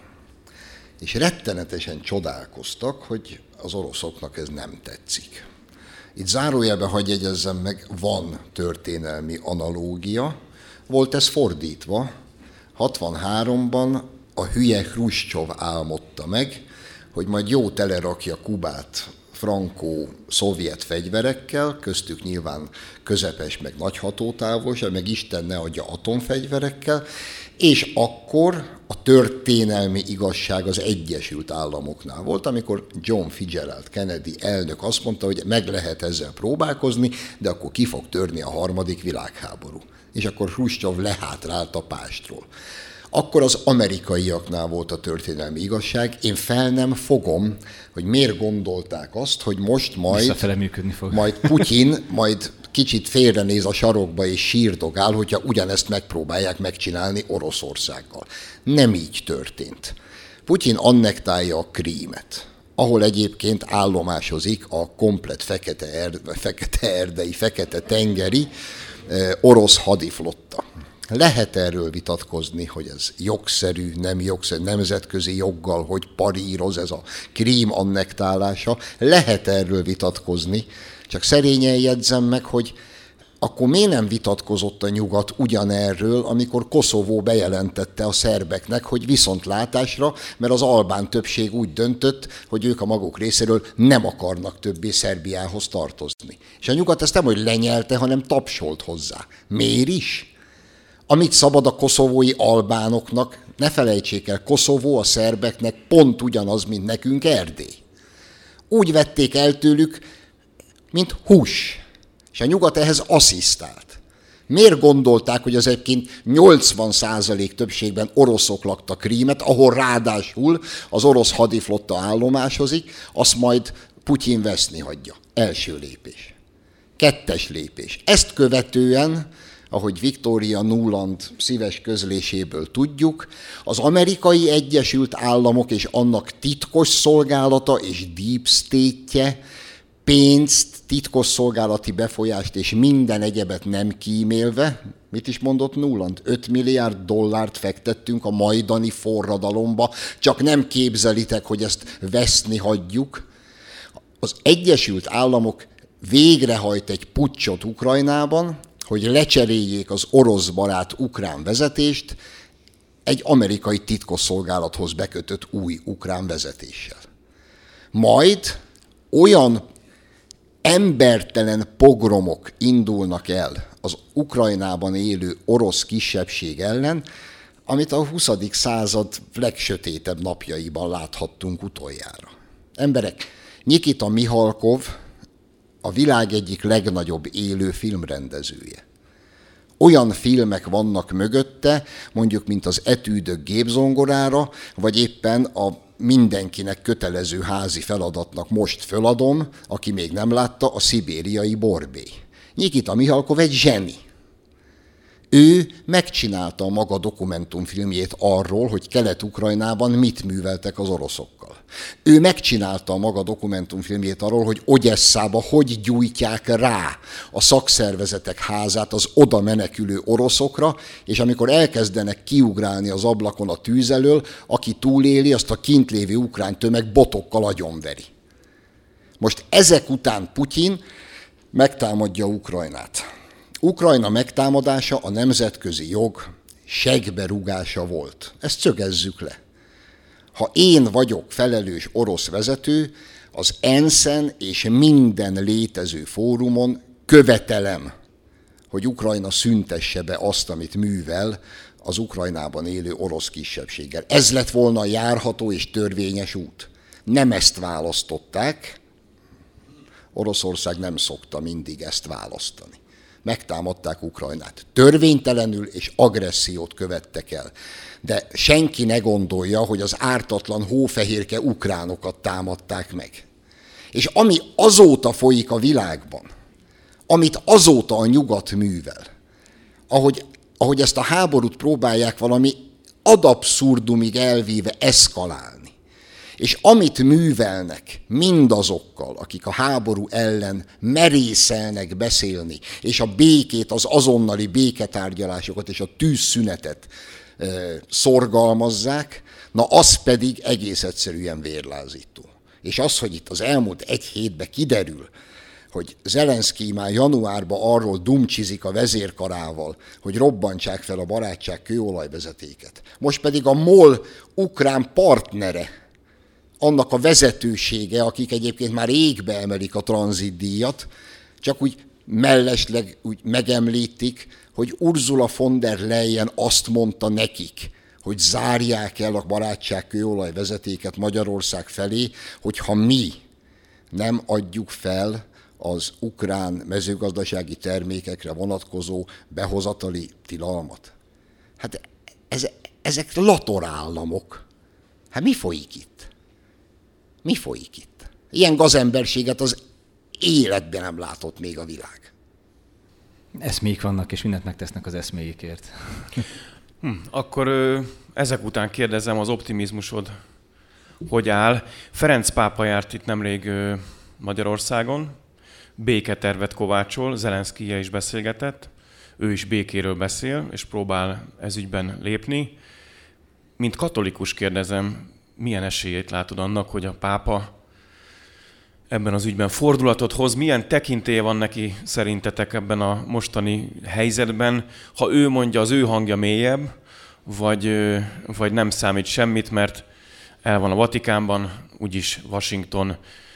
És rettenetesen csodálkoztak, hogy az oroszoknak ez nem tetszik. Itt zárójelben hadd jegyezzem meg, van történelmi analógia. Volt ez fordítva. hatvanháromban a hülye Hruscsov álmodta meg, hogy majd jó telerakja Kubát frankó-szovjet fegyverekkel, köztük nyilván közepes, meg nagy hatótávolság, meg Isten ne adja atomfegyverekkel, és akkor a történelmi igazság az Egyesült Államoknál volt, amikor John Fitzgerald Kennedy elnök azt mondta, hogy meg lehet ezzel próbálkozni, de akkor ki fog törni a harmadik világháború. És akkor Hruscsov lehátrált a pástról. Akkor az amerikaiaknál volt a történelmi igazság. Én fel nem fogom, hogy miért gondolták azt, hogy most majd, működni fog. majd Putyin majd kicsit félrenéz a sarokba és sírdogál, hogyha ugyanezt megpróbálják megcsinálni Oroszországgal. Nem így történt. Putyin annektálja a Krímet, ahol egyébként állomásozik a komplett fekete, erde, fekete erdei, fekete tengeri eh, orosz hadiflotta. Lehet erről vitatkozni, hogy ez jogszerű, nem jogszerű, nemzetközi joggal, hogy paríroz ez a Krím annektálása. Lehet erről vitatkozni, csak szerényen jegyzem meg, hogy akkor miért nem vitatkozott a nyugat ugyanerről, amikor Koszovó bejelentette a szerbeknek, hogy viszontlátásra, mert az albán többség úgy döntött, hogy ők a maguk részéről nem akarnak többé Szerbiához tartozni. És a nyugat ezt nem, hogy lenyelte, hanem tapsolt hozzá. Miért is? Amit szabad a koszovói albánoknak, ne felejtsék el, Koszovó a szerbeknek pont ugyanaz, mint nekünk Erdély. Úgy vették el tőlük, mint hús, és a nyugat ehhez asszisztált. Miért gondolták, hogy az egyébként nyolcvan százalék többségben oroszok laktak Krímet, ahol ráadásul az orosz hadiflotta állomásozik, azt majd Putyin veszni hagyja. Első lépés. Kettes lépés. Ezt követően, ahogy Victoria Nuland szíves közléséből tudjuk, az Amerikai Egyesült Államok és annak titkos szolgálata és deep state-je pénzt, titkos szolgálati befolyást és minden egyebet nem kímélve, mit is mondott Nuland? öt milliárd dollárt fektettünk a majdani forradalomba, csak nem képzelitek, hogy ezt veszni hagyjuk. Az Egyesült Államok végrehajt egy puccsot Ukrajnában, hogy lecseréljék az orosz barát ukrán vezetést egy amerikai titkosszolgálathoz bekötött új ukrán vezetéssel. Majd olyan embertelen pogromok indulnak el az Ukrajnában élő orosz kisebbség ellen, amit a huszadik század legsötétebb napjaiban láthattunk utoljára. Emberek, Nikita Mihalkov a világ egyik legnagyobb élő filmrendezője. Olyan filmek vannak mögötte, mondjuk, mint az Etűdök gépzongorára, vagy éppen a mindenkinek kötelező házi feladatnak most föladom, aki még nem látta, a szibériai borbély. Nikita Mihalkov egy zseni. Ő megcsinálta a maga dokumentumfilmjét arról, hogy Kelet-Ukrajnában mit műveltek az oroszokkal. Ő megcsinálta a maga dokumentumfilmjét arról, hogy Ogyesszába hogy gyújtják rá a szakszervezetek házát az oda menekülő oroszokra, és amikor elkezdenek kiugrálni az ablakon a tűz elől, aki túléli, azt a kint lévő ukrán tömeg botokkal agyonveri. Most ezek után Putyin megtámadja Ukrajnát. Ukrajna megtámadása a nemzetközi jog seggberúgása volt. Ezt szögezzük le. Ha én vagyok felelős orosz vezető, az ENSZ-en és minden létező fórumon követelem, hogy Ukrajna szüntesse be azt, amit művel az Ukrajnában élő orosz kisebbséggel. Ez lett volna a járható és törvényes út. Nem ezt választották. Oroszország nem szokta mindig ezt választani. Megtámadták Ukrajnát. Törvénytelenül és agressziót követtek el. De senki ne gondolja, hogy az ártatlan hófehérke ukránokat támadták meg. És ami azóta folyik a világban, amit azóta a nyugat művel, ahogy, ahogy ezt a háborút próbálják valami ad abszurdumig elvíve eszkalálni, és amit művelnek mindazokkal, akik a háború ellen merészelnek beszélni, és a békét, az azonnali béketárgyalásokat és a tűzszünetet e, szorgalmazzák, na az pedig egész egyszerűen vérlázító. És az, hogy itt az elmúlt egy hétben kiderül, hogy Zelenszkij már januárban arról dumcsizik a vezérkarával, hogy robbantsák fel a barátság kőolajvezetéket. Most pedig a MOL ukrán partnere, annak a vezetősége, akik egyébként már égbe emelik a tranzitdíjat, csak úgy mellesleg úgy megemlítik, hogy Ursula von der Leyen azt mondta nekik, hogy zárják el a barátság kőolajvezetéket Magyarország felé, hogyha mi nem adjuk fel az ukrán mezőgazdasági termékekre vonatkozó behozatali tilalmat. Hát ez, ezek latorállamok. Hát mi folyik itt? Mi folyik itt? Ilyen gazemberséget az életben nem látott még a világ. Eszméik vannak, és mindent megtesznek az eszméikért. Hm, akkor ö, ezek után kérdezem, az optimizmusod hogy áll? Ferenc pápa járt itt nemrég ö, Magyarországon, béketervet kovácsol, Zelenszkijjel is beszélgetett, ő is békéről beszél, és próbál ezügyben lépni. Mint katolikus kérdezem, milyen esélyét látod annak, hogy a pápa ebben az ügyben fordulatot hoz? Milyen tekintélye van neki szerintetek ebben a mostani helyzetben? Ha ő mondja, az ő hangja mélyebb, vagy, vagy nem számít semmit, mert el van a Vatikánban, úgyis Washington,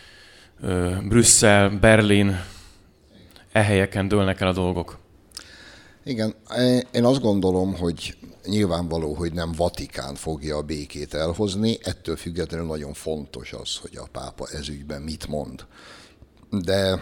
Brüsszel, Berlin, e helyeken dőlnek el a dolgok. Igen, én azt gondolom, hogy nyilvánvaló, hogy nem Vatikán fogja a békét elhozni, ettől függetlenül nagyon fontos az, hogy a pápa ezügyben mit mond. De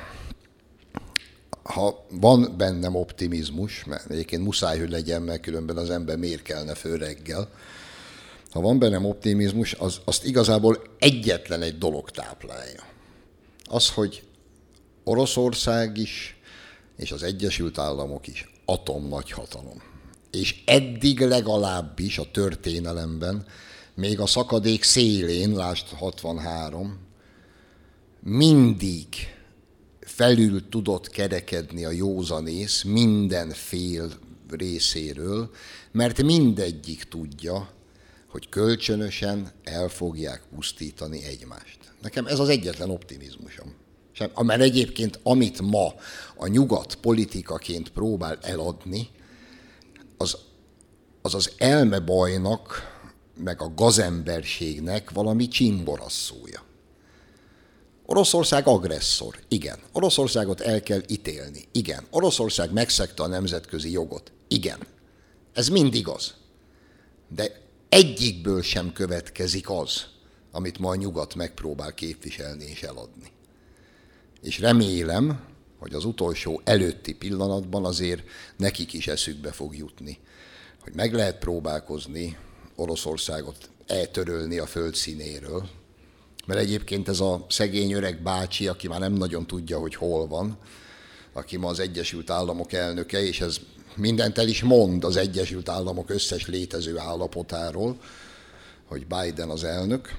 ha van bennem optimizmus, mert egyébként muszáj, hogy legyen, mert különben az ember miért kelne föl reggel, ha van bennem optimizmus, az, azt igazából egyetlen egy dolog táplálja. Az, hogy Oroszország is, és az Egyesült Államok is atomnagyhatalom. És eddig legalábbis a történelemben, még a szakadék szélén, lásd hatvanhárom, mindig felül tudott kerekedni a józanész minden fél részéről, mert mindegyik tudja, hogy kölcsönösen el fogják pusztítani egymást. Nekem ez az egyetlen optimizmusom. Mert egyébként, amit ma a nyugat politikaként próbál eladni, az az, az elmebajnak, meg a gazemberségnek valami csimborasszója. Oroszország agresszor, igen. Oroszországot el kell ítélni, igen. Oroszország megszegte a nemzetközi jogot, igen. Ez mind igaz. De egyikből sem következik az, amit ma a nyugat megpróbál képviselni és eladni. És remélem, hogy az utolsó előtti pillanatban azért nekik is eszükbe fog jutni, hogy meg lehet próbálkozni Oroszországot eltörölni a földszínéről. Mert egyébként ez a szegény öreg bácsi, aki már nem nagyon tudja, hogy hol van, aki ma az Egyesült Államok elnöke, és ez mindent el is mond az Egyesült Államok összes létező állapotáról, hogy Biden az elnök.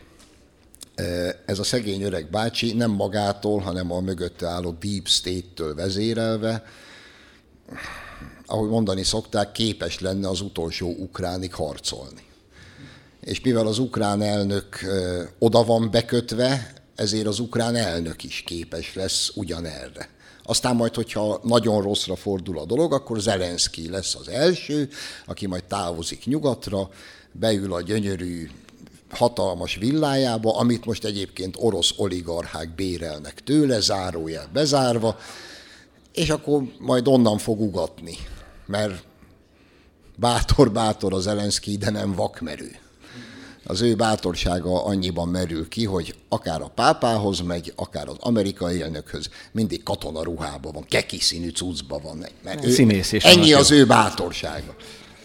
Ez a szegény öreg bácsi nem magától, hanem a mögötte álló Deep State-től vezérelve, ahogy mondani szokták, képes lenne az utolsó ukránig harcolni. És mivel az ukrán elnök oda van bekötve, ezért az ukrán elnök is képes lesz ugyanerre. Aztán majd, hogyha nagyon rosszra fordul a dolog, akkor Zelenszky lesz az első, aki majd távozik nyugatra, beül a gyönyörű, hatalmas villájába, amit most egyébként orosz oligarchák bérelnek tőle, zárójel bezárva, és akkor majd onnan fog ugatni, mert bátor-bátor a Zelenszky, de nem vakmerő. Az ő bátorsága annyiban merül ki, hogy akár a pápához megy, akár az amerikai elnökhöz, mindig katonaruhában van, keki színű cuccban van. Mert ő, ennyi az ő bátorsága.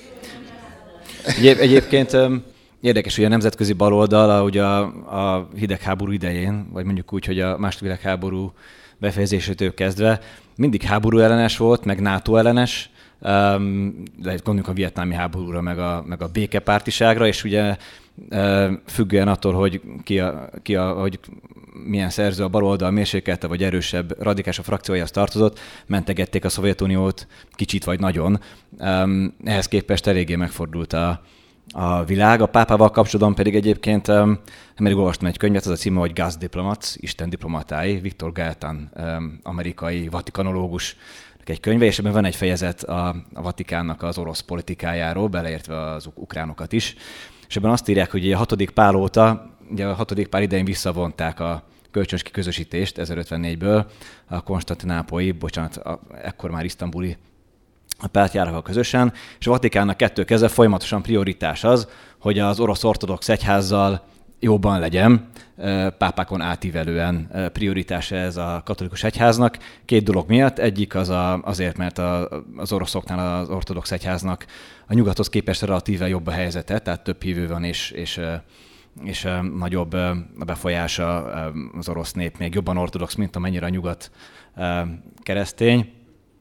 Egyéb, egyébként érdekes, hogy a nemzetközi baloldal ugye a, a hidegháború idején, vagy mondjuk úgy, hogy a második világháború befejezésétől kezdve mindig háború ellenes volt, meg NATO ellenes, de gondoljunk a vietnámi háborúra, meg a, meg a békepártiságra, és ugye függően attól, hogy ki a, ki a, hogy milyen szerző a baloldal mérsékelte, vagy erősebb, radikális a frakciójához tartozott, mentegették a Szovjetuniót kicsit vagy nagyon. Ehhez képest eléggé megfordult a, a világ. A pápával kapcsolatban pedig egyébként nemrég olvastam egy könyvet, az a címe, hogy God Diplomats, Isten diplomatái, Viktor Gaetan, amerikai vatikanológus egy könyve, és ebben van egy fejezet a, a Vatikánnak az orosz politikájáról, beleértve az ukránokat is. És ebben azt írják, hogy a hatodik Pál óta, ugye a hatodik Pál idején visszavonták a kölcsönös kiközösítést ezerötvennégy-ből a konstantinápolyi, bocsánat, a, ekkor már isztambuli pártjárakkal közösen, és a Vatikánnak kettő kezdve folyamatosan prioritás az, hogy az orosz ortodox egyházzal jóban legyen, pápákon átívelően prioritása ez a katolikus egyháznak. Két dolog miatt. Egyik az a, azért, mert a, az oroszoknál az ortodox egyháznak a nyugathoz képest relatíve jobb a helyzete, tehát több hívő van, és, és, és nagyobb a befolyása az orosz nép, még jobban ortodox, mint amennyire a nyugat keresztény.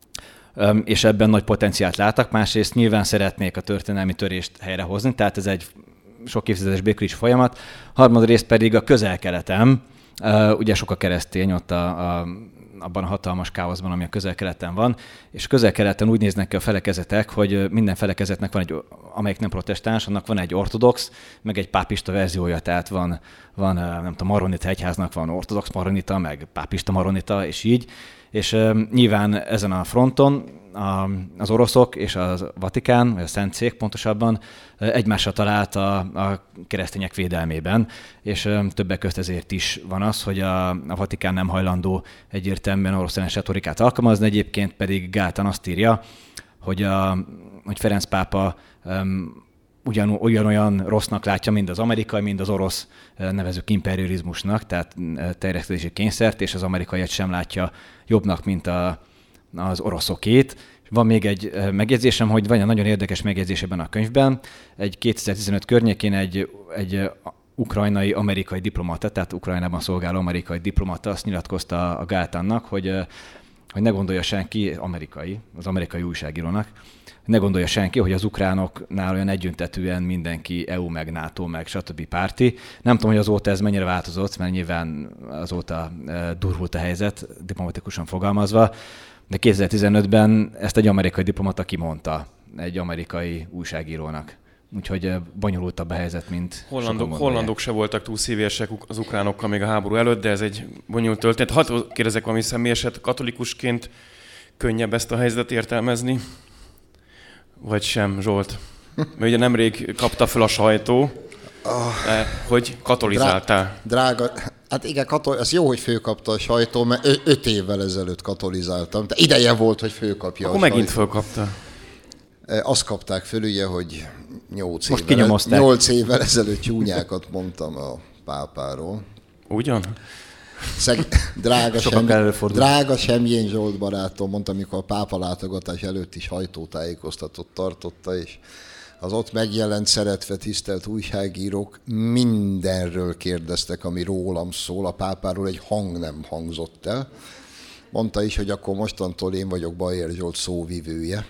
És ebben nagy potenciált láttak. Másrészt nyilván szeretnék a történelmi törést helyrehozni, tehát ez egy sok évtizedes békélis folyamat. Harmadrészt pedig a Közel-Keleten, ugye sok a keresztény ott a, a, abban a hatalmas káoszban, ami a Közel-Keleten van, és a Közel-Keleten úgy néznek ki a felekezetek, hogy minden felekezetnek van egy, amelyik nem protestáns, annak van egy ortodox, meg egy pápista verziója, tehát van, van nem tudom, maronita egyháznak van ortodox maronita, meg pápista maronita, és így. És uh, nyilván ezen a fronton a, az oroszok és a Vatikán, vagy a Szentszék pontosabban uh, egymásra talált a, a keresztények védelmében, és uh, többek közt ezért is van az, hogy a, a Vatikán nem hajlandó egyértelműen orosz ellenes retorikát alkalmazni, egyébként pedig Gaetan azt írja, hogy, a, hogy Ferenc pápa um, Ugyan, ugyanolyan rossznak látja mind az amerikai, mind az orosz nevezük imperializmusnak, tehát terjesztési kényszert, és az amerikaiat sem látja jobbnak, mint a, az oroszokét. Van még egy megjegyzésem, hogy van egy nagyon érdekes megjegyzés ebben a könyvben. Egy kétezer-tizenöt környékén egy, egy ukrajnai amerikai diplomata, tehát Ukrajnában szolgáló amerikai diplomata azt nyilatkozta a Gaetannak, hogy, hogy ne gondolja senki, amerikai, az amerikai újságírónak, ne gondolja senki, hogy az ukránoknál olyan egyöntetűen mindenki é u, meg NATO, meg stb. Párti. Nem tudom, hogy azóta ez mennyire változott, mert nyilván azóta durvult a helyzet, diplomatikusan fogalmazva, de kétezer-tizenötben ezt egy amerikai diplomata kimondta egy amerikai újságírónak. Úgyhogy bonyolultabb a helyzet, mint Hollandok, hollandok se voltak túl szívesek az ukránokkal még a háború előtt, de ez egy bonyolult történet. Hadd kérdezek valami személyeset, katolikusként könnyebb ezt a helyzetet értelmezni? Vagy sem, Zsolt? Mert ugye nemrég kapta fel a sajtó, de hogy katolizáltál. Drága, hát igen, katol, ez jó, hogy fölkapta a sajtó, mert ö- öt évvel ezelőtt katolizáltam. De ideje volt, hogy fölkapja Akkor a sajtó. megint fölkapta. Azt kapták föl, ugye, hogy nyolc évvel, nyolc évvel ezelőtt csúnyákat mondtam a pápáról. Ugyan? Szeg, drága, sem, drága Semjén Zsolt barátom, mondta, amikor a pápa látogatás előtt is sajtótájékoztatót tartotta, és az ott megjelent szeretve tisztelt újságírók mindenről kérdeztek, ami rólam szól, a pápáról egy hang nem hangzott el. Mondta is, hogy akkor mostantól én vagyok Bajer Zsolt szóvivője.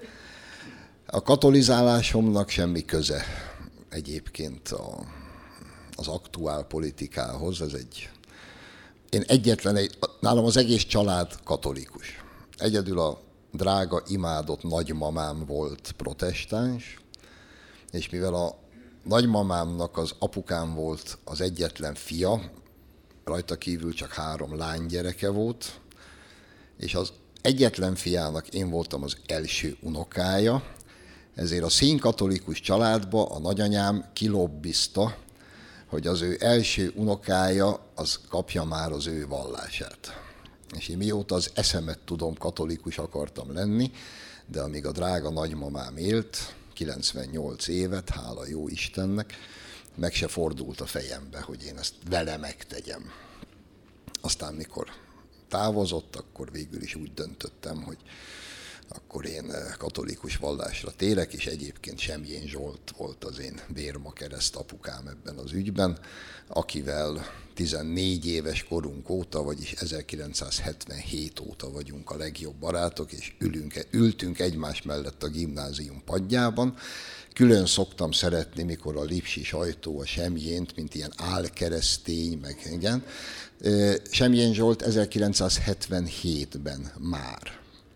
A katolizálásomnak semmi köze egyébként a, az aktuál politikához. Ez egy, én egyetlen egy, nálam az egész család katolikus. Egyedül a drága, imádott nagymamám volt protestáns, és mivel a nagymamámnak az apukám volt az egyetlen fia, rajta kívül csak három lánygyereke volt, és az egyetlen fiának én voltam az első unokája, ezért a színkatolikus családba a nagyanyám kilobbizta, hogy az ő első unokája az kapja már az ő vallását. És én mióta az eszemet tudom, katolikus akartam lenni, de amíg a drága nagymamám élt, kilencvennyolc évet, hála jó Istennek, meg se fordult a fejembe, hogy én ezt vele megtegyem. Aztán mikor távozott, akkor végül is úgy döntöttem, hogy akkor én katolikus vallásra térek, és egyébként Semjén Zsolt volt az én bérma kereszt apukám ebben az ügyben, akivel tizennégy éves korunk óta, vagyis ezerkilencszázhetvenhét óta vagyunk a legjobb barátok, és ülünk, ültünk egymás mellett a gimnázium padjában. Külön szoktam szeretni, mikor a lipsi sajtó a Semjént, mint ilyen álkeresztény, meg igen. Semjén Zsolt ezerkilencszázhetvenhétben már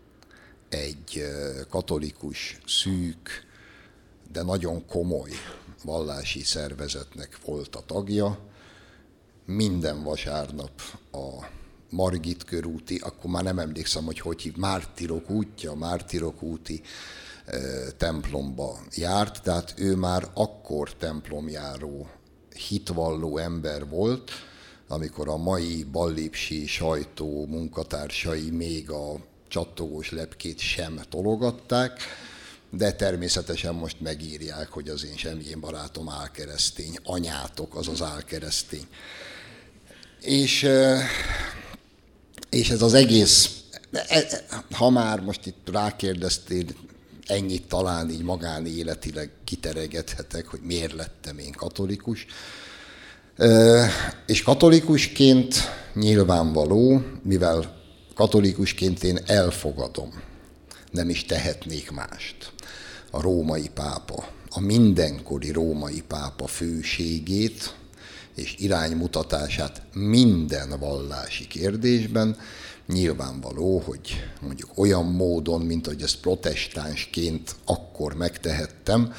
egy katolikus, szűk, de nagyon komoly vallási szervezetnek volt a tagja. Minden vasárnap a Margit körúti, akkor már nem emlékszem, hogy hogy hív, Mártirok útja, Mártirok úti e, templomba járt, tehát ő már akkor templomjáró, hitvalló ember volt, amikor a mai ballipsi sajtó munkatársai még a csattogós lepkét sem tologatták, de természetesen most megírják, hogy az én Semjén barátom álkeresztény, anyátok az az álkeresztény. És, és ez az egész, ha már most itt rákérdeztél, ennyit talán így magánéletileg kiteregethetek, hogy miért lettem én katolikus. És katolikusként nyilvánvaló, mivel katolikusként én elfogadom, nem is tehetnék mást, a római pápa, a mindenkori római pápa főségét és iránymutatását minden vallási kérdésben, nyilvánvaló, hogy mondjuk olyan módon, mint hogy ezt protestánsként akkor megtehettem,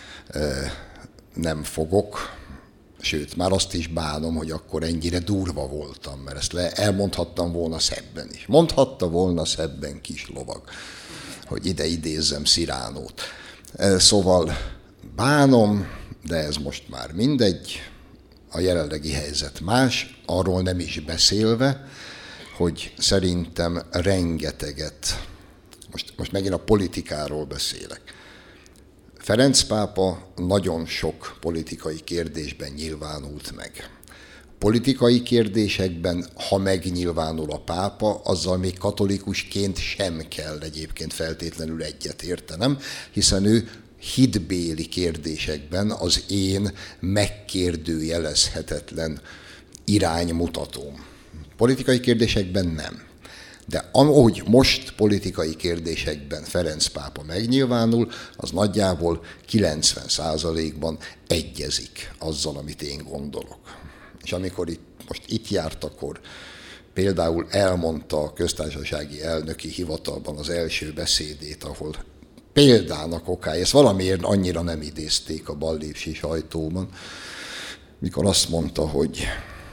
nem fogok. Sőt, már azt is bánom, hogy akkor ennyire durva voltam, mert ezt le, elmondhattam volna szebben is. Mondhatta volna szebben kis lovag, hogy ide idézzem Cyránót. Szóval bánom, de ez most már mindegy, a jelenlegi helyzet más, arról nem is beszélve, hogy szerintem rengeteget, most, most megint a politikáról beszélek, Ferenc pápa nagyon sok politikai kérdésben nyilvánult meg. Politikai kérdésekben, ha megnyilvánul a pápa, azzal még katolikusként sem kell egyébként feltétlenül egyetértenem, hiszen ő hitbéli kérdésekben az én megkérdőjelezhetetlen iránymutatóm. Politikai kérdésekben nem. De ahogy most politikai kérdésekben Ferenc pápa megnyilvánul, az nagyjából kilencven százalékban egyezik azzal, amit én gondolok. És amikor itt, most itt járt, akkor például elmondta a köztársasági elnöki hivatalban az első beszédét, ahol példának okája, ezt valamiért annyira nem idézték a ballipsi sajtóban, mikor azt mondta, hogy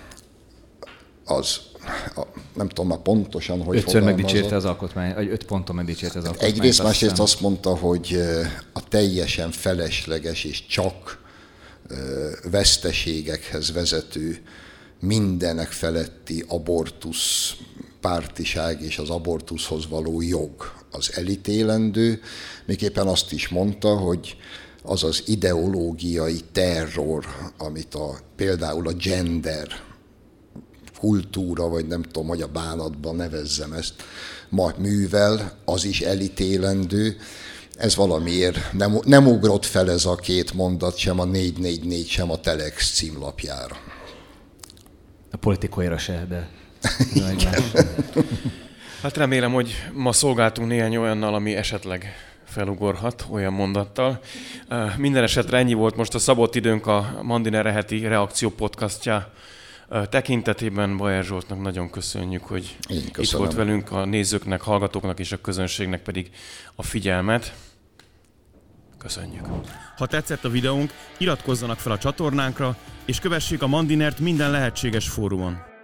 az, a, nem tudom már pontosan, hogy Ötször megdicsérte az alkotmány, vagy öt ponton megdicsérte az alkotmányt. Egyrészt, másrészt azt mondta, hogy a teljesen felesleges és csak veszteségekhez vezető, mindenek feletti abortusz pártiság és az abortuszhoz való jog az elítélendő. Miképpen azt is mondta, hogy az az ideológiai terror, amit a, például a gender kultúra, vagy nem tudom, hogy a bánatban nevezzem ezt, ma művel, az is elítélendő, ez valamiért nem, nem ugrott fel ez a két mondat sem a négy négy négy, sem a Telex címlapjára. A Politicoira se, de... Hát remélem, hogy ma szolgáltunk néhány olyannal, ami esetleg felugorhat olyan mondattal. Minden esetre ennyi volt most a szabott időnk a Mandiner heti reakció podcastja tekintetében. Bajer Zsoltnak nagyon köszönjük, hogy itt volt velünk, a nézőknek, hallgatóknak és a közönségnek pedig a figyelmet. Köszönjük! Ha tetszett a videónk, iratkozzanak fel a csatornánkra, és kövessék a Mandinert minden lehetséges fórumon.